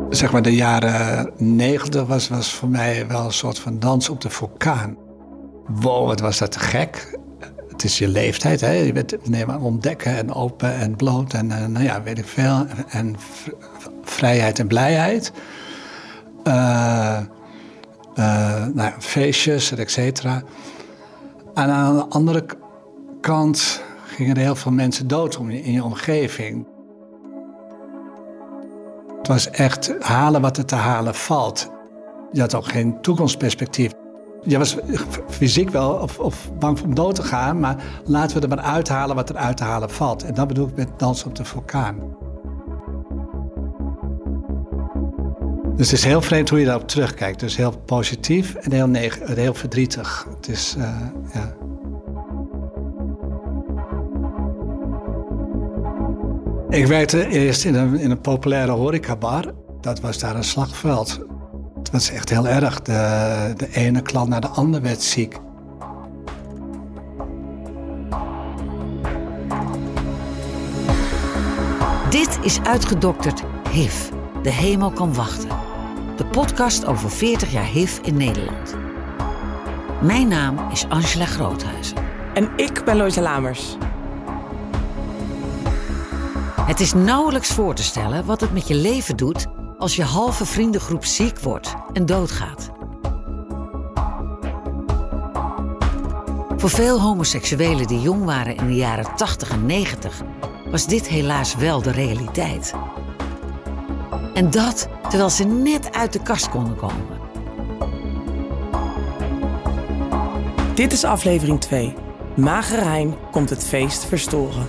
Zeg maar de jaren 90 was voor mij wel een soort van dans op de vulkaan. Wow, wat was dat te gek. Het is je leeftijd, hè? Je bent ontdekken en open en bloot en weet ik veel. En vrijheid en blijheid. Feestjes, et cetera. En aan de andere kant gingen er heel veel mensen dood in je omgeving. Het was echt halen wat er te halen valt. Je had ook geen toekomstperspectief. Je was fysiek wel of bang om dood te gaan, maar laten we er maar uithalen wat er uit te halen valt. En dat bedoel ik met Dans op de Vulkaan. Dus het is heel vreemd hoe je daarop terugkijkt. Dus heel positief en heel verdrietig. Het is, ja. Ik werkte eerst in een populaire horecabar. Dat was daar een slagveld. Het was echt heel erg. De ene klant naar de andere werd ziek. Dit is Uitgedokterd HIV. De hemel kan wachten. De podcast over 40 jaar HIV in Nederland. Mijn naam is Angela Groothuizen. En ik ben Loisa Lamers. Het is nauwelijks voor te stellen wat het met je leven doet als je halve vriendengroep ziek wordt en doodgaat. Voor veel homoseksuelen die jong waren in de jaren 80 en 90 was dit helaas wel de realiteit. En dat terwijl ze net uit de kast konden komen. Dit is aflevering 2. Magere Hein komt het feest verstoren.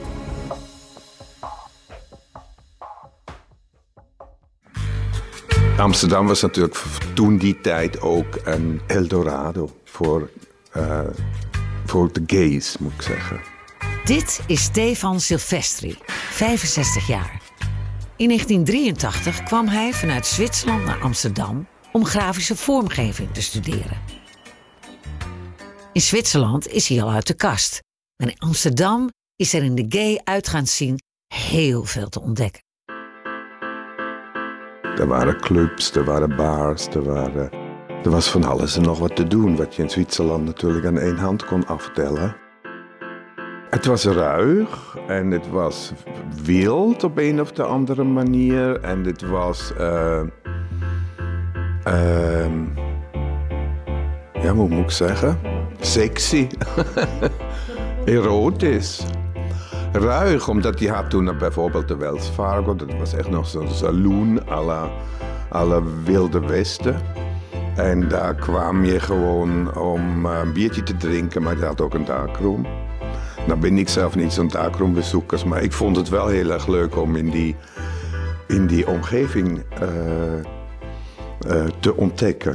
Amsterdam was natuurlijk toen die tijd ook een Eldorado voor de gays, moet ik zeggen. Dit is Stefan Silvestri, 65 jaar. In 1983 kwam hij vanuit Zwitserland naar Amsterdam om grafische vormgeving te studeren. In Zwitserland is hij al uit de kast. Maar in Amsterdam is er in de gay uitgaansscene heel veel te ontdekken. Er waren clubs, er waren bars, er was van alles en nog wat te doen, wat je in Zwitserland natuurlijk aan één hand kon aftellen. Het was ruig en het was wild op een of de andere manier en het was, hoe moet ik zeggen? Sexy, erotisch. Ruig, omdat je had toen bijvoorbeeld de Wells Fargo. Dat was echt nog zo'n saloon à la Wilde Westen. En daar kwam je gewoon om een biertje te drinken, maar je had ook een darkroom. Nou ben ik zelf niet zo'n darkroombezoeker, maar ik vond het wel heel erg leuk om in die omgeving te ontdekken.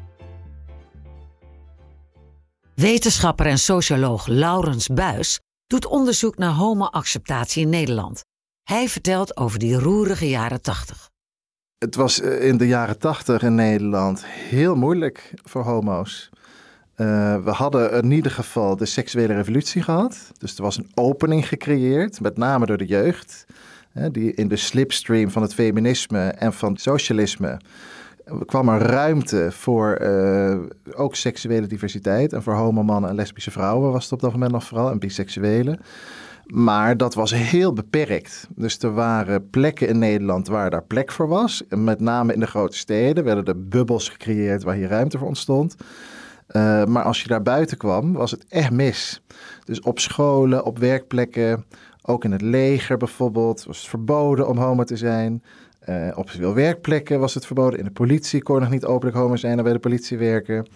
Wetenschapper en socioloog Laurens Buys doet onderzoek naar homo-acceptatie in Nederland. Hij vertelt over die roerige jaren 80. Het was in de jaren 80 in Nederland heel moeilijk voor homo's. We hadden in ieder geval de seksuele revolutie gehad. Dus er was een opening gecreëerd, met name door de jeugd. Die in de slipstream van het feminisme en van het socialisme kwam er ruimte voor ook seksuele diversiteit. En voor homomannen en lesbische vrouwen was het op dat moment nog vooral. En biseksuelen. Maar dat was heel beperkt. Dus er waren plekken in Nederland waar daar plek voor was. En met name in de grote steden werden er bubbels gecreëerd waar hier ruimte voor ontstond. Maar als je daar buiten kwam, was het echt mis. Dus op scholen, op werkplekken, ook in het leger bijvoorbeeld, was het verboden om homo te zijn. Op veel werkplekken was het verboden. In de politie kon je nog niet openlijk homo zijn en bij de politie werken.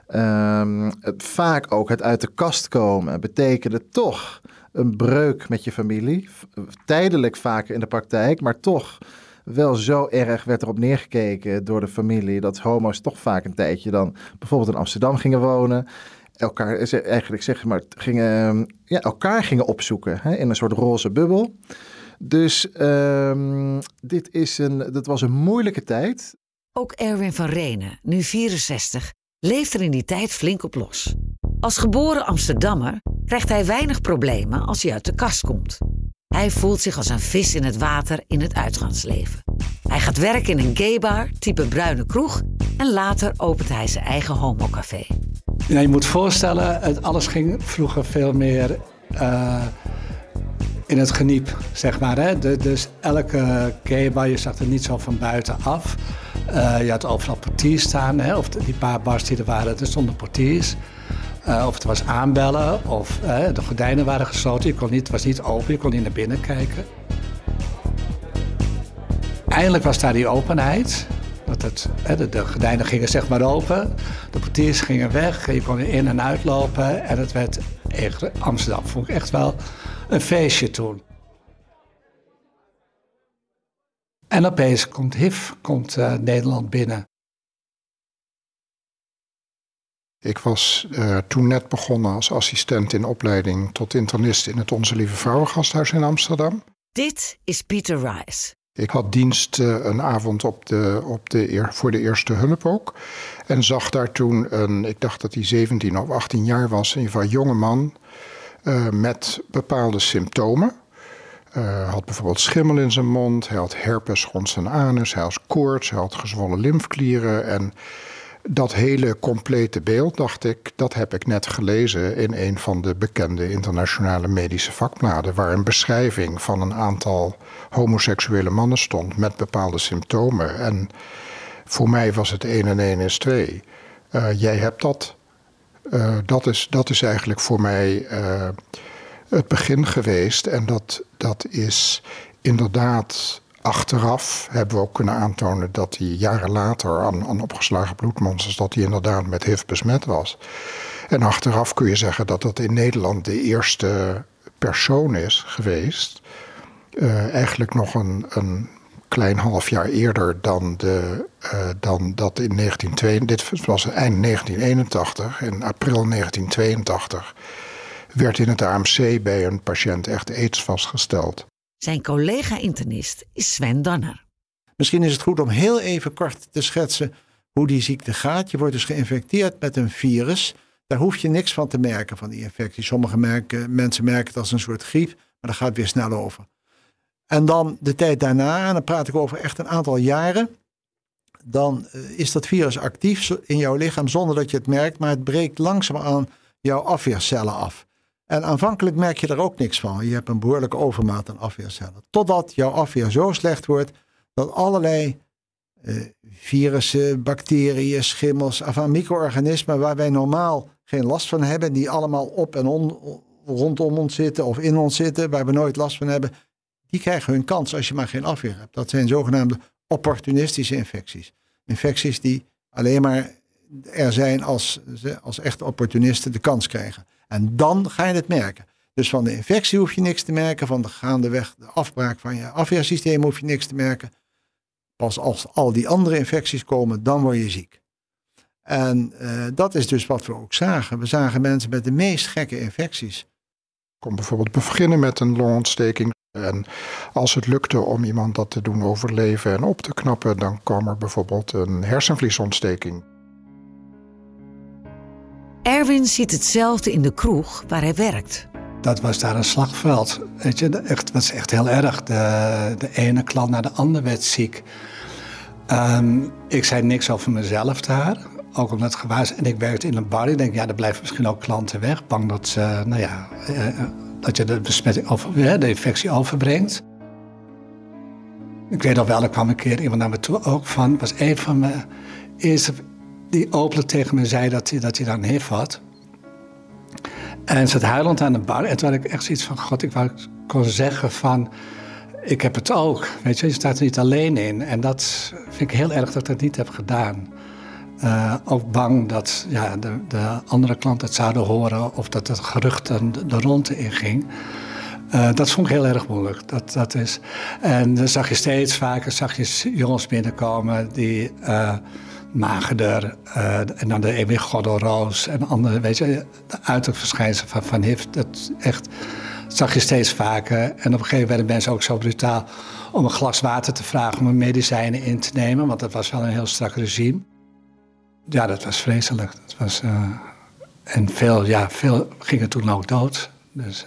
Vaak ook het uit de kast komen betekende toch een breuk met je familie. Tijdelijk vaker in de praktijk, maar toch wel zo erg werd erop neergekeken door de familie dat homo's toch vaak een tijdje dan bijvoorbeeld in Amsterdam gingen wonen. Elkaar gingen opzoeken, hè, in een soort roze bubbel. Dus dat was een moeilijke tijd. Ook Erwin van Renen, nu 64, leeft er in die tijd flink op los. Als geboren Amsterdammer krijgt hij weinig problemen als hij uit de kast komt. Hij voelt zich als een vis in het water in het uitgaansleven. Hij gaat werken in een gaybar, type bruine kroeg... en later opent hij zijn eigen homocafé. Ja, je moet voorstellen, alles ging vroeger veel meer in het geniep, zeg maar. Hè? Dus elke gaybar, je zag er niet zo van buitenaf. Je had overal portiers staan, hè? Of die paar bars die er waren, er stonden portiers. Of het was aanbellen, of de gordijnen waren gesloten. Het was niet open, je kon niet naar binnen kijken. Eindelijk was daar die openheid. De gordijnen gingen zeg maar open, de portiers gingen weg, je kon in en uitlopen. En het werd echt, Amsterdam vond ik echt wel een feestje toen. En opeens komt HIV Nederland binnen. Ik was toen net begonnen als assistent in opleiding tot internist in het Onze Lieve Vrouwengasthuis in Amsterdam. Dit is Pieter Rijs. Ik had dienst een avond voor de eerste hulp ook. En zag daar toen ik dacht dat hij 17 of 18 jaar was, in ieder geval een jonge man met bepaalde symptomen. Hij had bijvoorbeeld schimmel in zijn mond, hij had herpes rond zijn anus, hij had koorts, hij had gezwollen lymfklieren. En dat hele complete beeld, dacht ik, dat heb ik net gelezen in een van de bekende internationale medische vakbladen, waar een beschrijving van een aantal homoseksuele mannen stond met bepaalde symptomen. En voor mij was het 1 en 1 is 2. Jij hebt dat. Dat is eigenlijk voor mij het begin geweest. En dat is inderdaad, achteraf hebben we ook kunnen aantonen dat hij jaren later aan opgeslagen bloedmonsters, dat hij inderdaad met HIV besmet was. En achteraf kun je zeggen dat dat in Nederland de eerste persoon is geweest. Eigenlijk nog een klein half jaar eerder dan dat in 1982. Dit was eind 1981. In april 1982 werd in het AMC bij een patiënt echt AIDS vastgesteld. Zijn collega-internist is Sven Danner. Misschien is het goed om heel even kort te schetsen hoe die ziekte gaat. Je wordt dus geïnfecteerd met een virus. Daar hoef je niks van te merken van die infectie. Sommige mensen merken het als een soort griep, maar dat gaat weer snel over. En dan de tijd daarna, en dan praat ik over echt een aantal jaren, dan is dat virus actief in jouw lichaam zonder dat je het merkt, maar het breekt langzaamaan jouw afweercellen af. En aanvankelijk merk je er ook niks van. Je hebt een behoorlijke overmaat aan afweercellen. Totdat jouw afweer zo slecht wordt dat allerlei virussen, bacteriën, schimmels, micro-organismen waar wij normaal geen last van hebben, die allemaal op en rondom ons zitten of in ons zitten, waar we nooit last van hebben, die krijgen hun kans als je maar geen afweer hebt. Dat zijn zogenaamde opportunistische infecties. Infecties die alleen maar er zijn als echte opportunisten de kans krijgen. En dan ga je het merken. Dus van de infectie hoef je niks te merken. Van de gaandeweg de afbraak van je afweersysteem hoef je niks te merken. Pas als al die andere infecties komen, dan word je ziek. En dat is dus wat we ook zagen. We zagen mensen met de meest gekke infecties. Ik kon bijvoorbeeld beginnen met een longontsteking. En als het lukte om iemand dat te doen overleven en op te knappen, dan kwam er bijvoorbeeld een hersenvliesontsteking. Erwin ziet hetzelfde in de kroeg waar hij werkt. Dat was daar een slagveld. Weet je, het was echt heel erg. De ene klant naar de andere werd ziek. Ik zei niks over mezelf daar. Ook omdat het gewaar is. En ik werkte in een bar. Ik denk, er blijven misschien ook klanten weg. Bang dat ze, dat je de besmetting de infectie overbrengt. Ik weet nog wel, er kwam een keer iemand naar me toe ook van. Was een van mijn eerste die openlijk tegen me zei dat hij dan HIV had. En zat huilend aan de bar. En toen had ik echt zoiets van, god, ik kon zeggen van, ik heb het ook. Weet je staat er niet alleen in. En dat vind ik heel erg dat ik dat niet heb gedaan. Ook bang dat de andere klanten het zouden horen of dat het gerucht de ronde inging. Dat vond ik heel erg moeilijk. Dat is. En dan zag je steeds vaker jongens binnenkomen die magerder en dan de Emil Goddelroos en andere, weet je, de uiterverschijnselen van HIV. Dat zag je steeds vaker. En op een gegeven moment werden mensen ook zo brutaal om een glas water te vragen om medicijnen in te nemen, want dat was wel een heel strak regime. Ja, dat was vreselijk. Dat was, en veel gingen toen ook dood. Dus,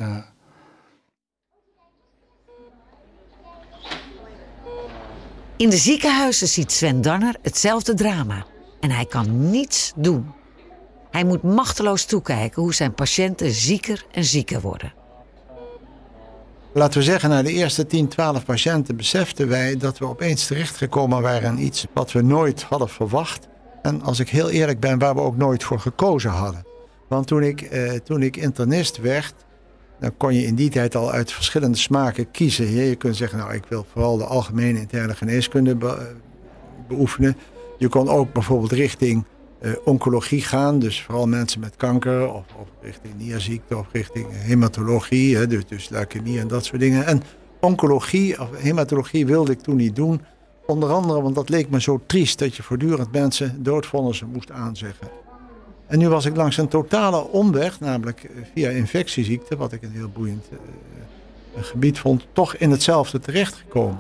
In de ziekenhuizen ziet Sven Danner hetzelfde drama. En hij kan niets doen. Hij moet machteloos toekijken hoe zijn patiënten zieker en zieker worden. Laten we zeggen, na de eerste 10, 12 patiënten beseften wij dat we opeens terechtgekomen waren aan iets wat we nooit hadden verwacht. En als ik heel eerlijk ben, waar we ook nooit voor gekozen hadden. Want toen ik internist werd, dan kon je in die tijd al uit verschillende smaken kiezen. Je kunt zeggen, nou, ik wil vooral de algemene interne geneeskunde beoefenen. Je kon ook bijvoorbeeld richting oncologie gaan, dus vooral mensen met kanker, of richting nierziekte, of richting hematologie, dus leukemie en dat soort dingen. En oncologie of hematologie wilde ik toen niet doen, onder andere want dat leek me zo triest dat je voortdurend mensen doodvonnissen moest aanzeggen. En nu was ik langs een totale omweg, namelijk via infectieziekten, wat ik een heel boeiend gebied vond, toch in hetzelfde terechtgekomen.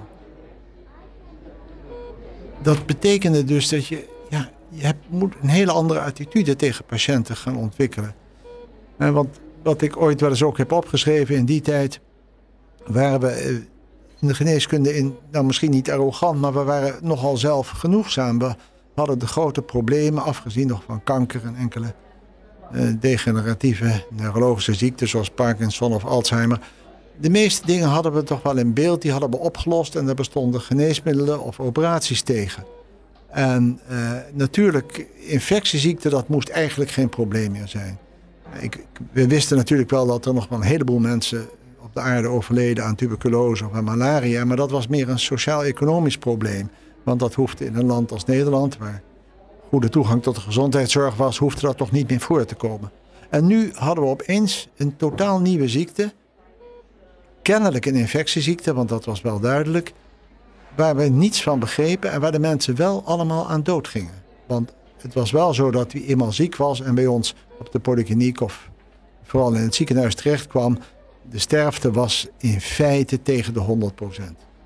Dat betekende dus dat je moet een hele andere attitude tegen patiënten gaan ontwikkelen. Want wat ik ooit wel eens ook heb opgeschreven in die tijd, waren we in de geneeskunde misschien niet arrogant, maar we waren nogal zelfgenoegzaam. We hadden de grote problemen, afgezien nog van kanker en enkele degeneratieve neurologische ziekten zoals Parkinson of Alzheimer. De meeste dingen hadden we toch wel in beeld, die hadden we opgelost en daar bestonden geneesmiddelen of operaties tegen. En natuurlijk, infectieziekten, dat moest eigenlijk geen probleem meer zijn. We wisten natuurlijk wel dat er nog wel een heleboel mensen op de aarde overleden aan tuberculose of aan malaria. Maar dat was meer een sociaal-economisch probleem. Want dat hoefde in een land als Nederland, waar goede toegang tot de gezondheidszorg was, hoefde dat toch niet meer voor te komen. En nu hadden we opeens een totaal nieuwe ziekte. Kennelijk een infectieziekte, want dat was wel duidelijk. Waar we niets van begrepen en waar de mensen wel allemaal aan dood gingen. Want het was wel zo dat wie eenmaal ziek was en bij ons op de polykliniek of vooral in het ziekenhuis terecht kwam, de sterfte was in feite tegen de 100%.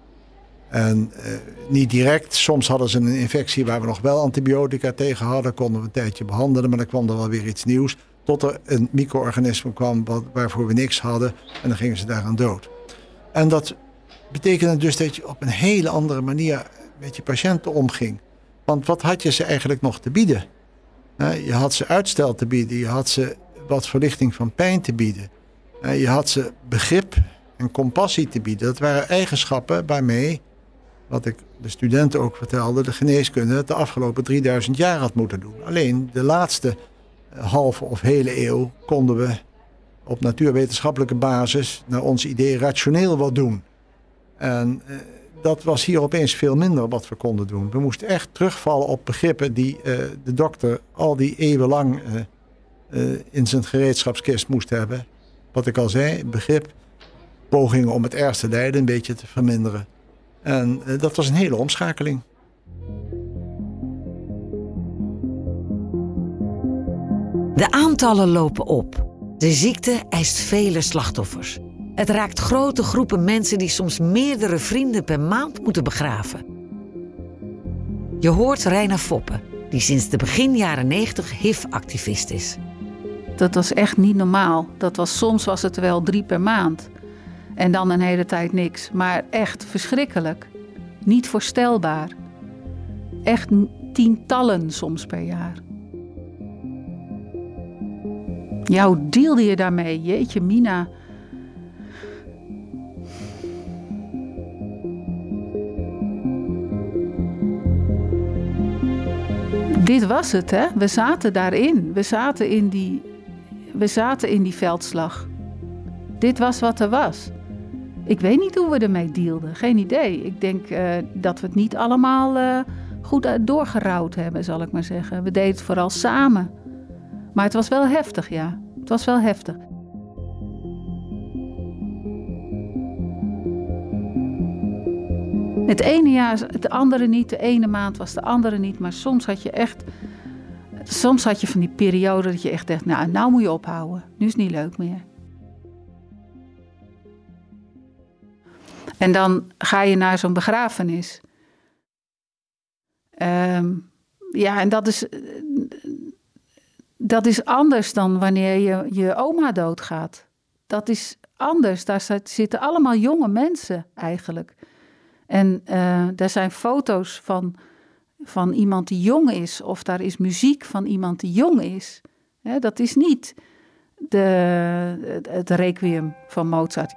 En niet direct. Soms hadden ze een infectie waar we nog wel antibiotica tegen hadden. Konden we een tijdje behandelen, maar dan kwam er wel weer iets nieuws. Tot er een micro-organisme kwam waarvoor we niks hadden. En dan gingen ze daaraan dood. En dat betekende dus dat je op een hele andere manier met je patiënten omging. Want wat had je ze eigenlijk nog te bieden? Je had ze uitstel te bieden. Je had ze wat verlichting van pijn te bieden. Je had ze begrip en compassie te bieden. Dat waren eigenschappen waarmee, wat ik de studenten ook vertelde, de geneeskunde het de afgelopen 3000 jaar had moeten doen. Alleen de laatste halve of hele eeuw konden we op natuurwetenschappelijke basis naar ons idee rationeel wat doen. En dat was hier opeens veel minder wat we konden doen. We moesten echt terugvallen op begrippen die de dokter al die eeuwen lang in zijn gereedschapskist moest hebben. Wat ik al zei, begrip, pogingen om het ergste lijden een beetje te verminderen. En dat was een hele omschakeling. De aantallen lopen op. De ziekte eist vele slachtoffers. Het raakt grote groepen mensen die soms meerdere vrienden per maand moeten begraven. Je hoort Reina Foppe, die sinds de begin jaren 90 HIV-activist is. Dat was echt niet normaal. Soms was het wel 3 per maand. En dan een hele tijd niks. Maar echt verschrikkelijk. Niet voorstelbaar. Echt tientallen soms per jaar. Ja, hoe deelde je daarmee? Jeetje, Mina. Dit was het, hè? We zaten daarin. We zaten in die veldslag. Dit was wat er was. Ik weet niet hoe we ermee dealden. Geen idee. Ik denk dat we het niet allemaal goed doorgerouwd hebben, zal ik maar zeggen. We deden het vooral samen. Maar het was wel heftig, ja. Het was wel heftig. Het ene jaar, het andere niet. De ene maand was de andere niet. Maar soms had je van die periode dat je echt dacht, nou moet je ophouden. Nu is het niet leuk meer. En dan ga je naar zo'n begrafenis. Ja, en dat is anders dan wanneer je oma doodgaat. Dat is anders. Daar zitten allemaal jonge mensen eigenlijk. En daar zijn foto's van iemand die jong is. Of daar is muziek van iemand die jong is. Dat is niet het requiem van Mozart.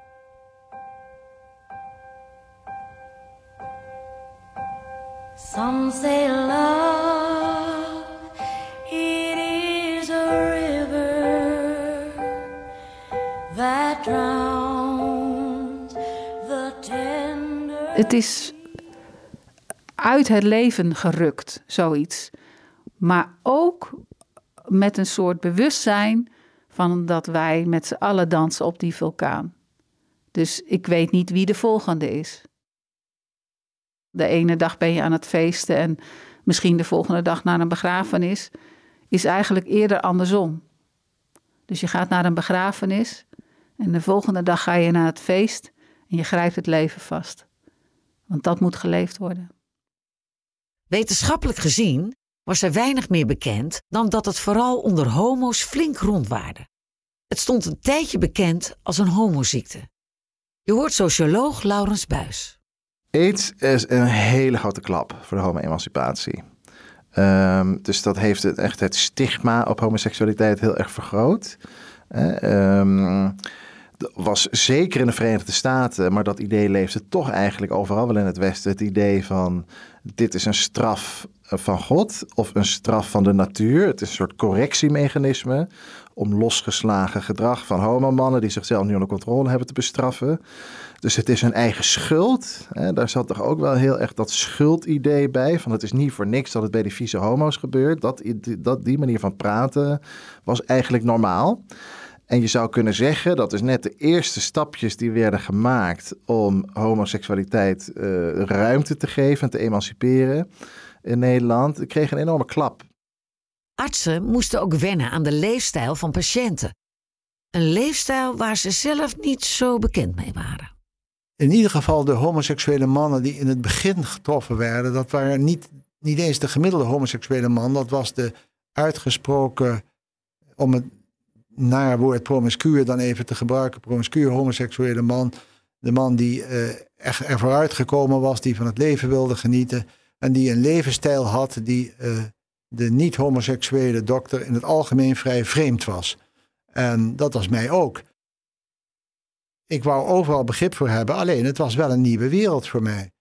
Some say love, it is a river that drowns the tender... Het is uit het leven gerukt, zoiets. Maar ook met een soort bewustzijn van dat wij met z'n allen dansen op die vulkaan. Dus ik weet niet wie de volgende is. De ene dag ben je aan het feesten en misschien de volgende dag naar een begrafenis, is eigenlijk eerder andersom. Dus je gaat naar een begrafenis en de volgende dag ga je naar het feest en je grijpt het leven vast. Want dat moet geleefd worden. Wetenschappelijk gezien was er weinig meer bekend dan dat het vooral onder homo's flink rondwaarde. Het stond een tijdje bekend als een homoziekte. Je hoort socioloog Laurens Buys. AIDS is een hele grote klap voor de homo-emancipatie. Dus dat heeft het stigma op homoseksualiteit heel erg vergroot. Was zeker in de Verenigde Staten, maar dat idee leefde toch eigenlijk overal wel in het Westen. Het idee van dit is een straf van God of een straf van de natuur. Het is een soort correctiemechanisme om losgeslagen gedrag van homomannen die zichzelf niet onder controle hebben te bestraffen. Dus het is hun eigen schuld. Daar zat toch ook wel heel erg dat schuldidee bij. Van het is niet voor niks dat het bij die vieze homo's gebeurt. Die manier van praten was eigenlijk normaal. En je zou kunnen zeggen, dat is net de eerste stapjes die werden gemaakt om homoseksualiteit ruimte te geven en te emanciperen in Nederland. Het kreeg een enorme klap. Artsen moesten ook wennen aan de leefstijl van patiënten. Een leefstijl waar ze zelf niet zo bekend mee waren. In ieder geval de homoseksuele mannen die in het begin getroffen werden, dat waren niet eens de gemiddelde homoseksuele man. Dat was de uitgesproken, om het naar woord promiscuur dan even te gebruiken, promiscuur homoseksuele man. De man die echt er vooruit gekomen was, die van het leven wilde genieten en die een levensstijl had die de niet-homoseksuele dokter in het algemeen vrij vreemd was. En dat was mij ook. Ik wou overal begrip voor hebben, alleen het was wel een nieuwe wereld voor mij.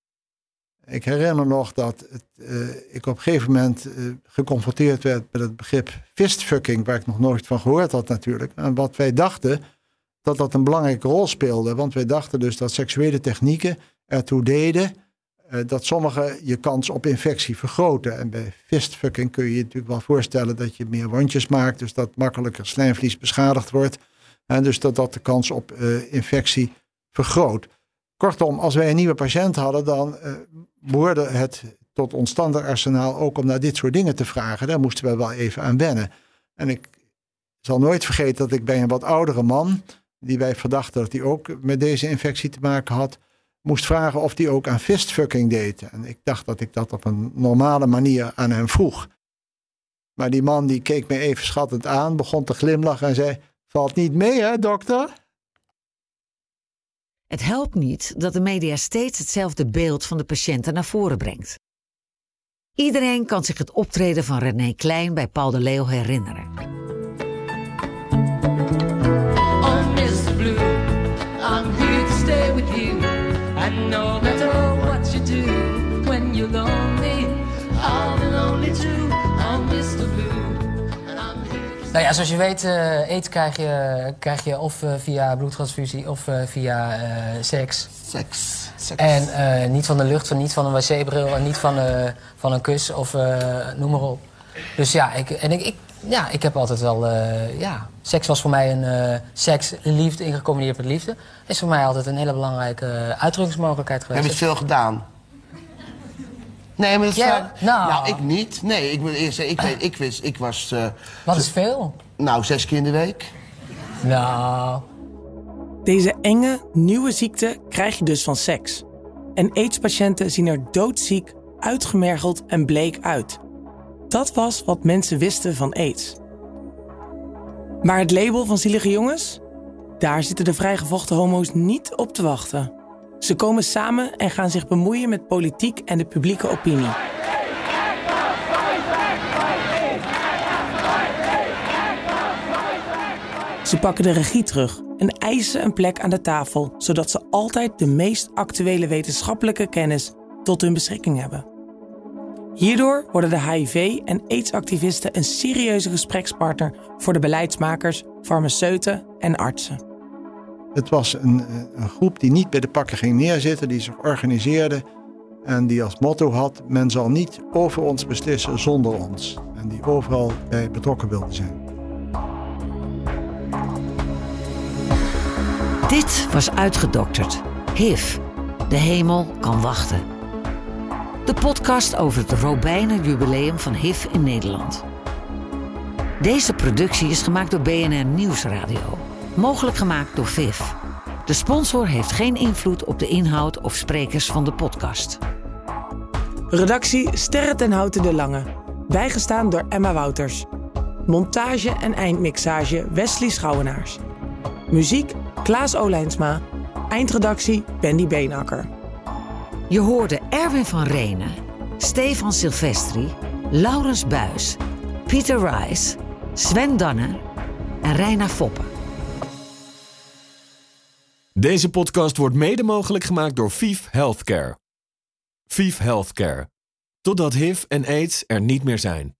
Ik herinner nog dat ik op een gegeven moment geconfronteerd werd met het begrip fistfucking, waar ik nog nooit van gehoord had natuurlijk. En wat wij dachten, dat een belangrijke rol speelde. Want wij dachten dus dat seksuele technieken ertoe deden dat sommige je kans op infectie vergroten. En bij fistfucking kun je je natuurlijk wel voorstellen dat je meer wondjes maakt, dus dat makkelijker slijmvlies beschadigd wordt. En dus dat de kans op infectie vergroot. Kortom, als wij een nieuwe patiënt hadden, dan behoorde het tot ons standaardarsenaal ook om naar dit soort dingen te vragen. Daar moesten we wel even aan wennen. En ik zal nooit vergeten dat ik bij een wat oudere man, die wij verdachten dat hij ook met deze infectie te maken had, moest vragen of hij ook aan fistfucking deed. En ik dacht dat ik dat op een normale manier aan hem vroeg. Maar die man die keek me even schattend aan, begon te glimlachen en zei: "Valt niet mee, hè, dokter?" Het helpt niet dat de media steeds hetzelfde beeld van de patiënten naar voren brengt. Iedereen kan zich het optreden van René Klein bij Paul de Leeuw herinneren. Oh, Mr. Blue, I'm here to stay with you. And no matter what you do, when you're lonely, I'll be lonely too. Oh, Mr. Blue. Nou ja, zoals je weet, aids krijg je of via bloedtransfusie of via seks. Seks. En niet van de lucht, niet van een wc-bril en niet van een kus of noem maar op. Dus ja, ik heb altijd wel... seks was voor mij een seks, liefde, ingecombineerd met liefde. Is voor mij altijd een hele belangrijke uitdrukkingsmogelijkheid geweest. Heb je veel gedaan? Nee, maar dat is nou, ik niet. Nee, ik moet eerst zeggen, ik was... Wat is veel? Nou, 6 keer in de week. Nou... Deze enge, nieuwe ziekte krijg je dus van seks. En AIDS-patiënten zien er doodziek, uitgemergeld en bleek uit. Dat was wat mensen wisten van AIDS. Maar het label van zielige jongens? Daar zitten de vrijgevochten homo's niet op te wachten. Ze komen samen en gaan zich bemoeien met politiek en de publieke opinie. Ze pakken de regie terug en eisen een plek aan de tafel, zodat ze altijd de meest actuele wetenschappelijke kennis tot hun beschikking hebben. Hierdoor worden de HIV- en AIDS-activisten een serieuze gesprekspartner voor de beleidsmakers, farmaceuten en artsen. Het was een groep die niet bij de pakken ging neerzitten, die zich organiseerde en die als motto had: men zal niet over ons beslissen zonder ons. En die overal bij betrokken wilde zijn. Dit was Uitgedokterd. HIV. De hemel kan wachten. De podcast over het Robijner jubileum van HIV in Nederland. Deze productie is gemaakt door BNR Nieuwsradio. Mogelijk gemaakt door VIV. De sponsor heeft geen invloed op de inhoud of sprekers van de podcast. Redactie Sterre ten Houten de Lange. Bijgestaan door Emma Wouters. Montage en eindmixage Wesley Schouwenaars. Muziek Klaas Olijnsma. Eindredactie Bendy Beenakker. Je hoorde Erwin van Renen, Stefan Silvestri, Laurens Buis, Pieter Rice, Sven Danner en Reina Foppen. Deze podcast wordt mede mogelijk gemaakt door VIV Healthcare. VIV Healthcare. Totdat HIV en AIDS er niet meer zijn.